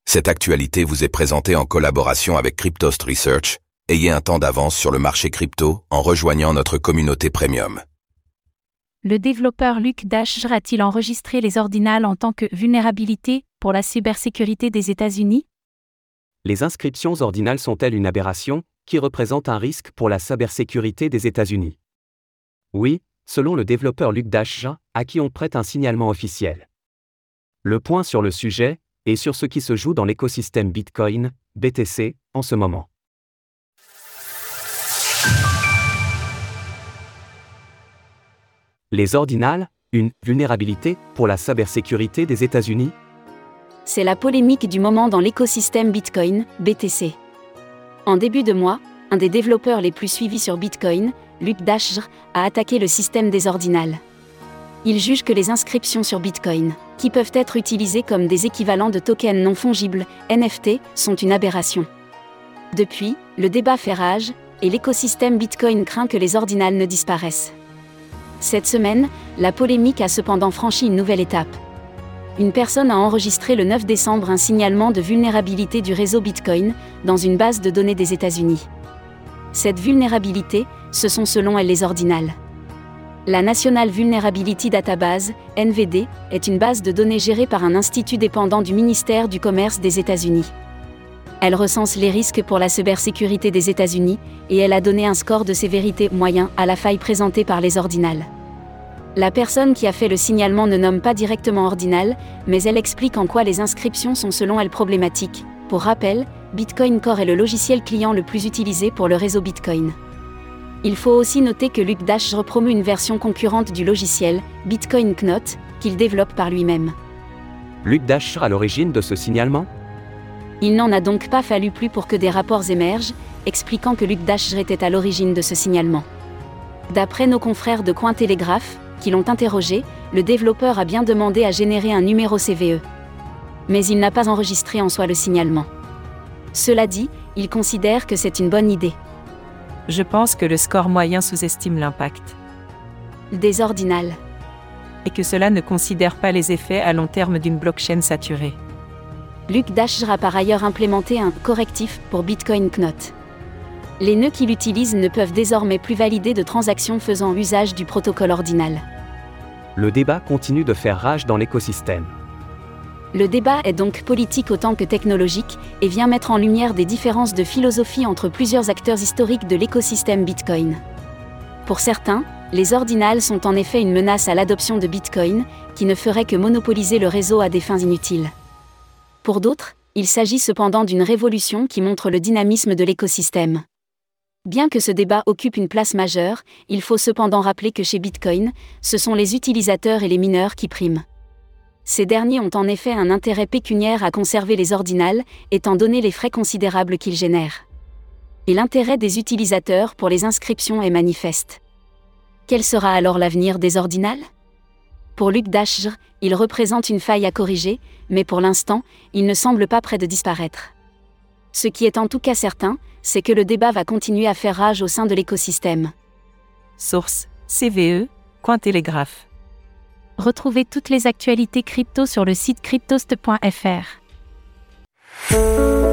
Cette actualité vous est présentée en collaboration avec Cryptost Research. Ayez un temps d'avance sur le marché crypto en rejoignant notre communauté premium. Le développeur Luc Dashjr a-t-il enregistré les ordinals en tant que vulnérabilité pour la cybersécurité des États-Unis? Les inscriptions ordinales sont-elles une aberration qui représente un risque pour la cybersécurité des États-Unis? Oui, selon le développeur Luc Dashjr, à qui on prête un signalement officiel. Le point sur le sujet et sur ce qui se joue dans l'écosystème Bitcoin, BTC, en ce moment. Les ordinals, une vulnérabilité pour la cybersécurité des États-Unis? C'est la polémique du moment dans l'écosystème Bitcoin, BTC. En début de mois, un des développeurs les plus suivis sur Bitcoin, Luc Dashjr, a attaqué le système des ordinals. Il juge que les inscriptions sur Bitcoin, qui peuvent être utilisées comme des équivalents de tokens non fongibles, NFT, sont une aberration. Depuis, le débat fait rage, et l'écosystème Bitcoin craint que les ordinals ne disparaissent. Cette semaine, la polémique a cependant franchi une nouvelle étape. Une personne a enregistré le 9 décembre un signalement de vulnérabilité du réseau Bitcoin dans une base de données des États-Unis. Cette vulnérabilité, ce sont selon elle les ordinals. La National Vulnerability Database, NVD, est une base de données gérée par un institut dépendant du ministère du Commerce des États-Unis. Elle recense les risques pour la cybersécurité des États-Unis, et elle a donné un score de sévérité moyen à la faille présentée par les ordinals. La personne qui a fait le signalement ne nomme pas directement ordinal, mais elle explique en quoi les inscriptions sont selon elle problématiques. Pour rappel, Bitcoin Core est le logiciel client le plus utilisé pour le réseau Bitcoin. Il faut aussi noter que Luc Dashjr promeut une version concurrente du logiciel, Bitcoin Knot, qu'il développe par lui-même. Luc Dashjr à l'origine de ce signalement? Il n'en a donc pas fallu plus pour que des rapports émergent, expliquant que Luc Dashjr était à l'origine de ce signalement. D'après nos confrères de Cointelegraph, qui l'ont interrogé, le développeur a bien demandé à générer un numéro CVE. Mais il n'a pas enregistré en soi le signalement. Cela dit, il considère que c'est une bonne idée. Je pense que le score moyen sous-estime l'impact. Des ordinals. Et que cela ne considère pas les effets à long terme d'une blockchain saturée. Luc Dashjr a par ailleurs implémenté un correctif pour Bitcoin Knot. Les nœuds qu'il utilise ne peuvent désormais plus valider de transactions faisant usage du protocole ordinal. Le débat continue de faire rage dans l'écosystème. Le débat est donc politique autant que technologique, et vient mettre en lumière des différences de philosophie entre plusieurs acteurs historiques de l'écosystème Bitcoin. Pour certains, les ordinals sont en effet une menace à l'adoption de Bitcoin, qui ne ferait que monopoliser le réseau à des fins inutiles. Pour d'autres, il s'agit cependant d'une révolution qui montre le dynamisme de l'écosystème. Bien que ce débat occupe une place majeure, il faut cependant rappeler que chez Bitcoin, ce sont les utilisateurs et les mineurs qui priment. Ces derniers ont en effet un intérêt pécuniaire à conserver les ordinals, étant donné les frais considérables qu'ils génèrent. Et l'intérêt des utilisateurs pour les inscriptions est manifeste. Quel sera alors l'avenir des ordinals? Pour Luc Dashjr, il représente une faille à corriger, mais pour l'instant, il ne semble pas près de disparaître. Ce qui est en tout cas certain, c'est que le débat va continuer à faire rage au sein de l'écosystème. Source: CVE, Cointelegraph. Retrouvez toutes les actualités crypto sur le site cryptost.fr.